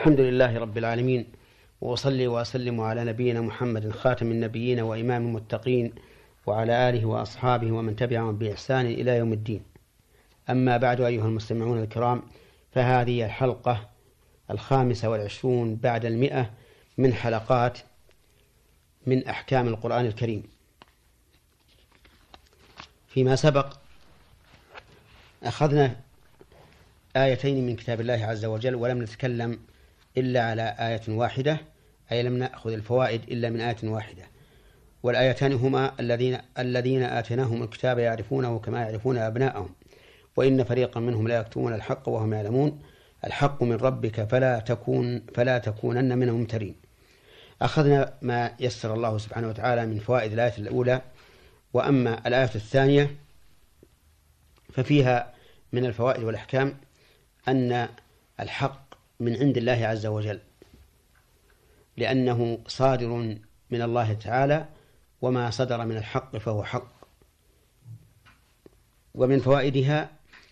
الحمد لله رب العالمين، وأصلي وأسلم على نبينا محمد خاتم النبيين وإمام المتقين، وعلى آله وأصحابه ومن تبعهم بإحسان إلى يوم الدين. أما بعد، أيها المستمعون الكرام، فهذه الحلقة 25 بعد 100 من حلقات من أحكام القرآن الكريم. فيما سبق أخذنا آيتين من كتاب الله عز وجل، ولم نتكلم إلا على آية واحدة، أي لم نأخذ الفوائد إلا من آية واحدة. والآيتان هما الذين آتيناهم الكتاب يعرفونه كما يعرفون أبناءهم وإن فريقا منهم لا يكتمون الحق وهم يعلمون الحق من ربك فلا تكونن من الممترين. أخذنا ما يسر الله سبحانه وتعالى من فوائد الآية الأولى. وأما الآية الثانية ففيها من الفوائد والأحكام أن الحق من عند الله عز وجل، لأنه صادر من الله تعالى، وما صدر من الحق فهو حق. ومن فوائدها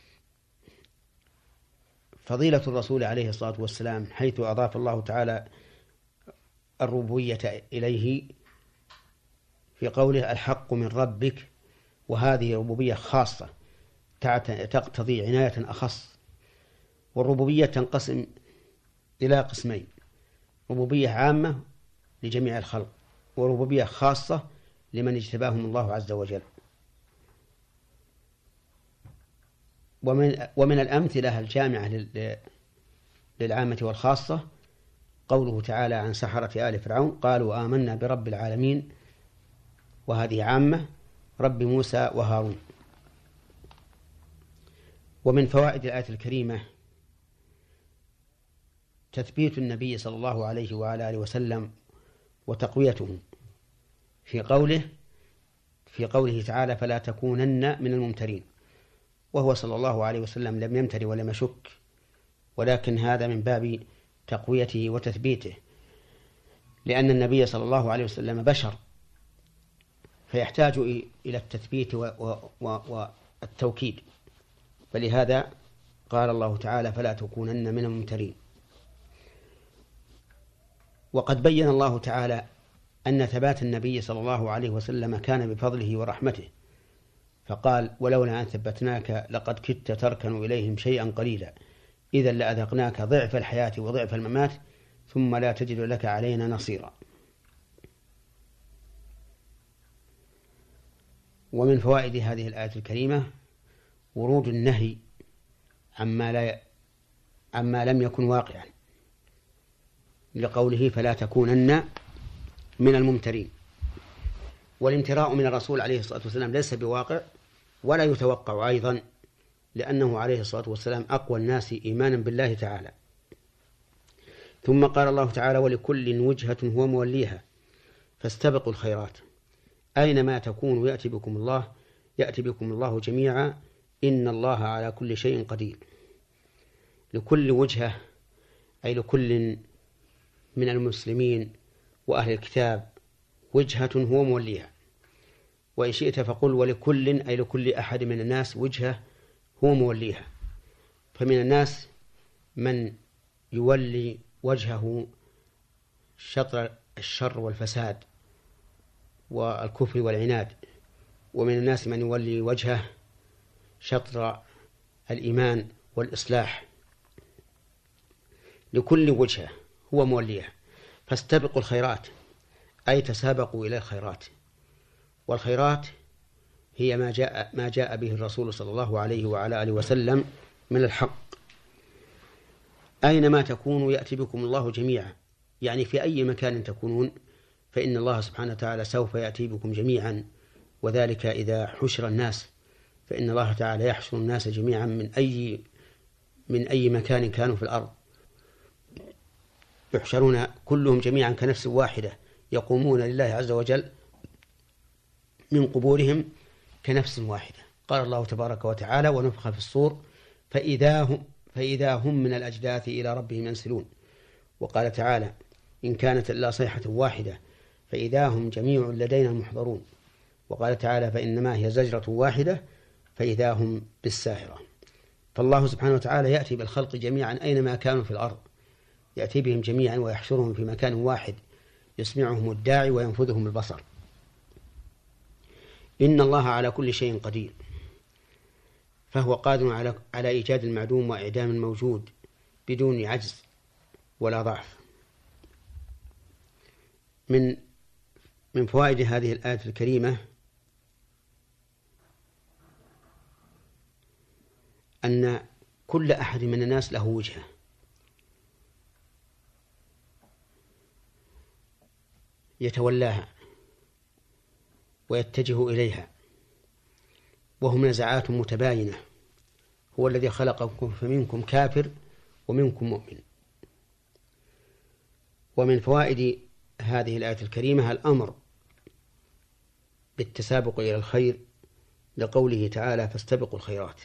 فضيلة الرسول عليه الصلاة والسلام، حيث أضاف الله تعالى الربوبية إليه في قوله الحق من ربك، وهذه ربوبية خاصة تقتضي عناية أخص. والربوبية تنقسم إلى قسمين: ربوبية عامة لجميع الخلق، وربوبية خاصة لمن اجتباهم الله عز وجل. ومن الأمثلة الجامعة للعامة والخاصة قوله تعالى عن سحرة آل فرعون قالوا آمنا برب العالمين، وهذه عامة، رب موسى وهارون. ومن فوائد الآية الكريمة تثبيت النبي صلى الله عليه وعلى آله وسلم وتقويته في قوله تعالى فلا تكونن من الممترين، وهو صلى الله عليه وسلم لم يمتر ولم يشك، ولكن هذا من باب تقويته وتثبيته، لأن النبي صلى الله عليه وسلم بشر فيحتاج إلى التثبيت والتوكيد، فلهذا قال الله تعالى فلا تكونن من الممترين. وقد بين الله تعالى أن ثبات النبي صلى الله عليه وسلم كان بفضله ورحمته، فقال ولولا أن ثبتناك لقد كدت تركن إليهم شيئا قليلا إذا لأذقناك ضعف الحياة وضعف الممات ثم لا تجد لك علينا نصيرا. ومن فوائد هذه الآية الكريمة ورود النهي عما لم يكن واقعا، لقوله فلا تكونن من الممترين. والامتراء من الرسول عليه الصلاة والسلام ليس بواقع ولا يتوقع أيضا، لأنه عليه الصلاة والسلام أقوى الناس إيمانا بالله تعالى. ثم قال الله تعالى ولكل وجهة هو موليها فاستبقوا الخيرات أينما تكونوا يأتي بكم الله جميعا إن الله على كل شيء قدير. لكل وجهة أي لكل من المسلمين وأهل الكتاب وجهة هو موليها، وإن شئت فقل ولكل أي لكل أحد من الناس وجهة هو موليها. فمن الناس من يولي وجهه شطر الشر والفساد والكفر والعناد، ومن الناس من يولي وجهه شطر الإيمان والإصلاح. لكل وجهة هو موليها فاستبقوا الخيرات أي تسابقوا إلى الخيرات. والخيرات هي ما جاء به الرسول صلى الله عليه وعلى آله وسلم من الحق. أينما تكونوا يأتي بكم الله جميعا، يعني في أي مكان تكونون فإن الله سبحانه وتعالى سوف يأتي بكم جميعا، وذلك إذا حشر الناس، فإن الله تعالى يحشر الناس جميعا من أي مكان كانوا في الأرض، يحشرون كلهم جميعا كنفس واحدة، يقومون لله عز وجل من قبورهم كنفس واحدة. قال الله تبارك وتعالى ونفخ في الصور فإذا هم من الأجداث إلى ربهم ينسلون. وقال تعالى إن كانت إلا صيحة واحدة فإذا هم جميع لدينا محضرون. وقال تعالى فإنما هي زجرة واحدة فإذا هم بالساهرة. فالله سبحانه وتعالى يأتي بالخلق جميعا أينما كانوا في الأرض، يأتي بهم جميعا ويحشرهم في مكان واحد يسمعهم الداعي وينفذهم البصر. إن الله على كل شيء قدير، فهو قادر على إيجاد المعدوم وإعدام الموجود بدون عجز ولا ضعف. من فوائد هذه الآية الكريمة أن كل أحد من الناس له وجهة، يتولاها ويتجه إليها، وهم نزعات متباينة. هو الذي خلقكم فمنكم كافر ومنكم مؤمن. ومن فوائد هذه الآية الكريمة الأمر بالتسابق إلى الخير، لقوله تعالى فاستبقوا الخيرات.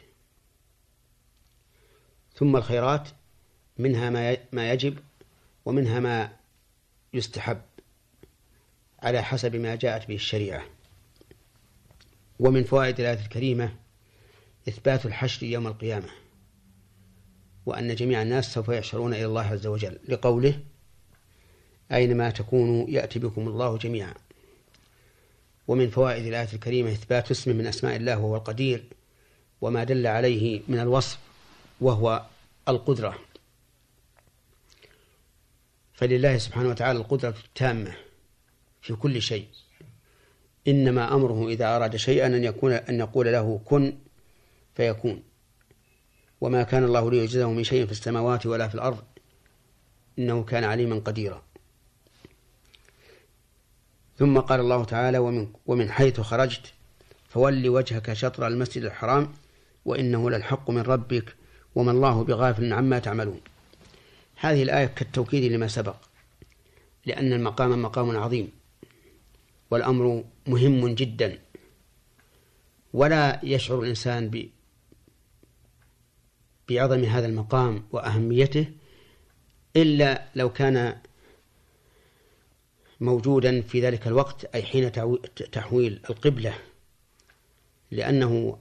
ثم الخيرات منها ما يجب ومنها ما يستحب على حسب ما جاءت به الشريعة. ومن فوائد الآية الكريمة إثبات الحشر يوم القيامة، وأن جميع الناس سوف يحشرون إلى الله عز وجل، لقوله أينما تكونوا يأتي بكم الله جميعا. ومن فوائد الآية الكريمة إثبات اسم من أسماء الله وهو القدير، وما دل عليه من الوصف وهو القدرة. فلله سبحانه وتعالى القدرة التامة في كل شيء، إنما أمره إذا أراد شيئا أن يقول له كن فيكون. وما كان الله ليعجزه من شيء في السماوات ولا في الأرض إنه كان عليما قديرا. ثم قال الله تعالى ومن حيث خرجت فول وجهك شطر المسجد الحرام وإنه للحق من ربك وما الله بغافل عما تعملون. هذه الآية كالتوكيد لما سبق، لأن المقام مقام عظيم والأمر مهم جدا، ولا يشعر الإنسان بعظم هذا المقام وأهميته إلا لو كان موجودا في ذلك الوقت، أي حين تحويل القبلة، لأنه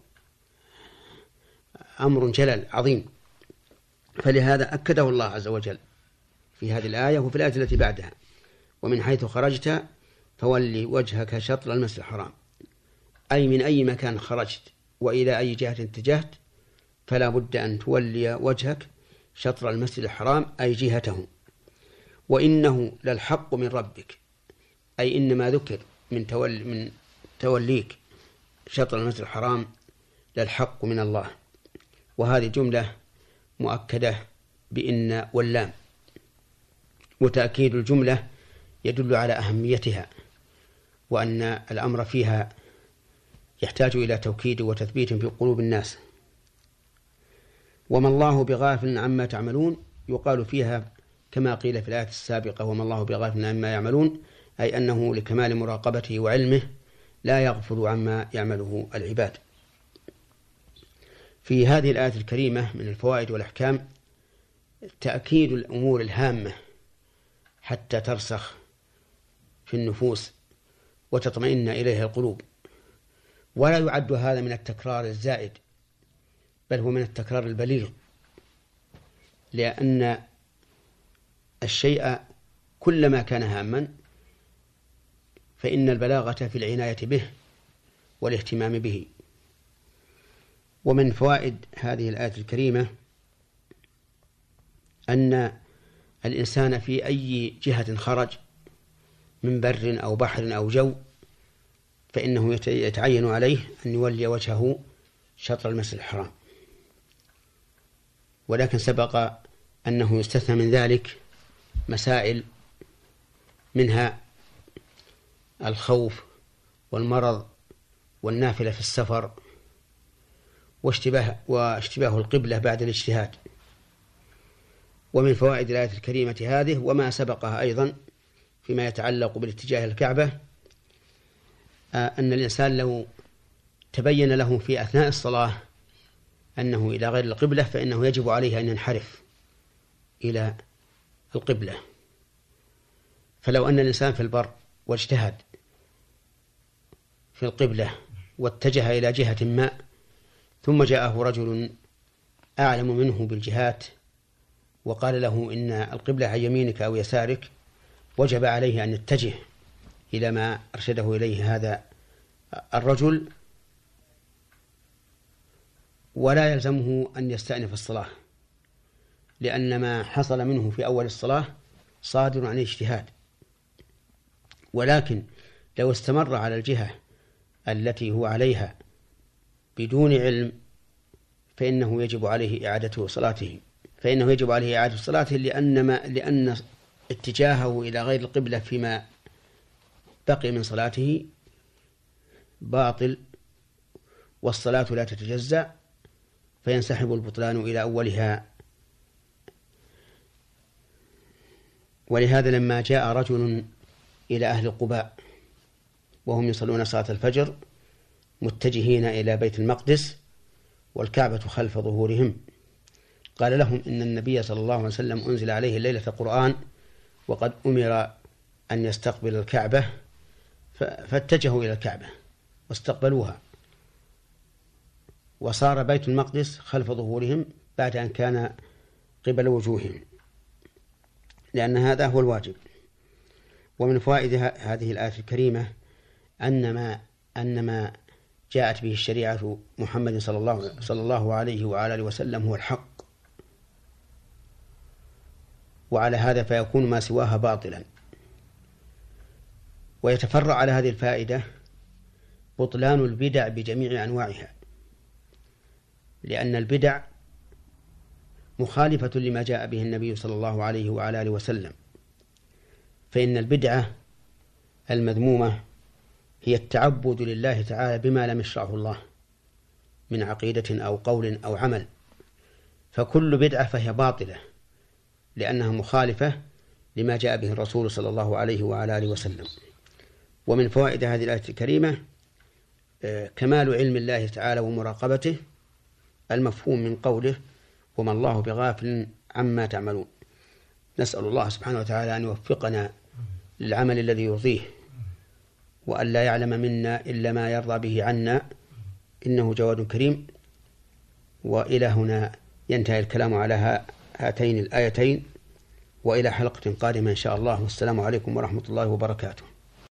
أمر جلل عظيم. فلهذا أكده الله عز وجل في هذه الآية وفي الآية التي بعدها ومن حيث خرجت فولي وجهك شطر المسجد الحرام، أي من أي مكان خرجت وإلى أي جهة اتجهت فلا بد أن تولي وجهك شطر المسجد الحرام، أي جهته. وإنه للحق من ربك، أي إنما ذكر من توليك شطر المسجد الحرام للحق من الله. وهذه جملة مؤكدة بإن واللام، وتأكيد الجملة يدل على أهميتها، وأن الأمر فيها يحتاج إلى توكيد وتثبيت في قلوب الناس. وما الله بغافل عما تعملون يقال فيها كما قيل في الآية السابقة وما الله بغافل عما يعملون، أي أنه لكمال مراقبته وعلمه لا يغفل عما يعمله العباد. في هذه الآية الكريمة من الفوائد والأحكام تأكيد الأمور الهامة حتى ترسخ في النفوس وتطمئن إليها القلوب، ولا يعد هذا من التكرار الزائد، بل هو من التكرار البليغ، لأن الشيء كلما كان هاما فإن البلاغة في العناية به والاهتمام به. ومن فوائد هذه الآية الكريمة أن الإنسان في أي جهة خرج من بر أو بحر أو جو فإنه يتعين عليه أن يولي وجهه شطر المسجد الحرام، ولكن سبق أنه يستثنى من ذلك مسائل، منها الخوف والمرض والنافلة في السفر واشتباه القبلة بعد الاجتهاد. ومن فوائد الآية الكريمة هذه وما سبقها أيضا فيما يتعلق بالاتجاه الكعبة أن الإنسان لو تبين له في أثناء الصلاة أنه إلى غير القبلة فإنه يجب عليه أن ينحرف إلى القبلة. فلو أن الإنسان في البر واجتهد في القبلة واتجه إلى جهة ما ثم جاءه رجل أعلم منه بالجهات وقال له إن القبلة عن يمينك أو يسارك، وجب عليه أن يتجه إلى ما أرشده إليه هذا الرجل، ولا يلزمه أن يستأنف الصلاة، لأن ما حصل منه في أول الصلاة صادر عن اجتهاد. ولكن لو استمر على الجهة التي هو عليها بدون علم فإنه يجب عليه إعادة صلاته، لأن اتجاهه إلى غير القبلة فيما بقي من صلاته باطل، والصلاة لا تتجزأ، فينسحب البطلان إلى أولها. ولهذا لما جاء رجل إلى أهل قباء وهم يصلون صلاة الفجر متجهين إلى بيت المقدس والكعبة خلف ظهورهم، قال لهم إن النبي صلى الله عليه وسلم أنزل عليه الليلة قرآن وقد أمر أن يستقبل الكعبة، فاتجهوا إلى الكعبة واستقبلوها، وصار بيت المقدس خلف ظهورهم بعد أن كان قبل وجوههم، لأن هذا هو الواجب. ومن فوائد هذه الآية الكريمة أن ما جاءت به الشريعة محمد صلى الله عليه وعلى آله وسلم هو الحق، وعلى هذا فيكون ما سواها باطلا. ويتفرع على هذه الفائدة بطلان البدع بجميع أنواعها، لأن البدع مخالفة لما جاء به النبي صلى الله عليه وعلى آله وسلم. فإن البدعة المذمومة هي التعبد لله تعالى بما لم يشرعه الله من عقيدة أو قول أو عمل، فكل بدعة فهي باطلة لأنها مخالفة لما جاء به الرسول صلى الله عليه وعلى آله وسلم. ومن فوائد هذه الآية الكريمة كمال علم الله تعالى ومراقبته، المفهوم من قوله وما الله بغافل عما تعملون. نسأل الله سبحانه وتعالى أن يوفقنا للعمل الذي يرضيه، وأن لا يعلم منا إلا ما يرضى به عنا، إنه جواد كريم. وإلى هنا ينتهي الكلام على هاتين الآيتين، وإلى حلقة قادمة إن شاء الله، والسلام عليكم ورحمة الله وبركاته.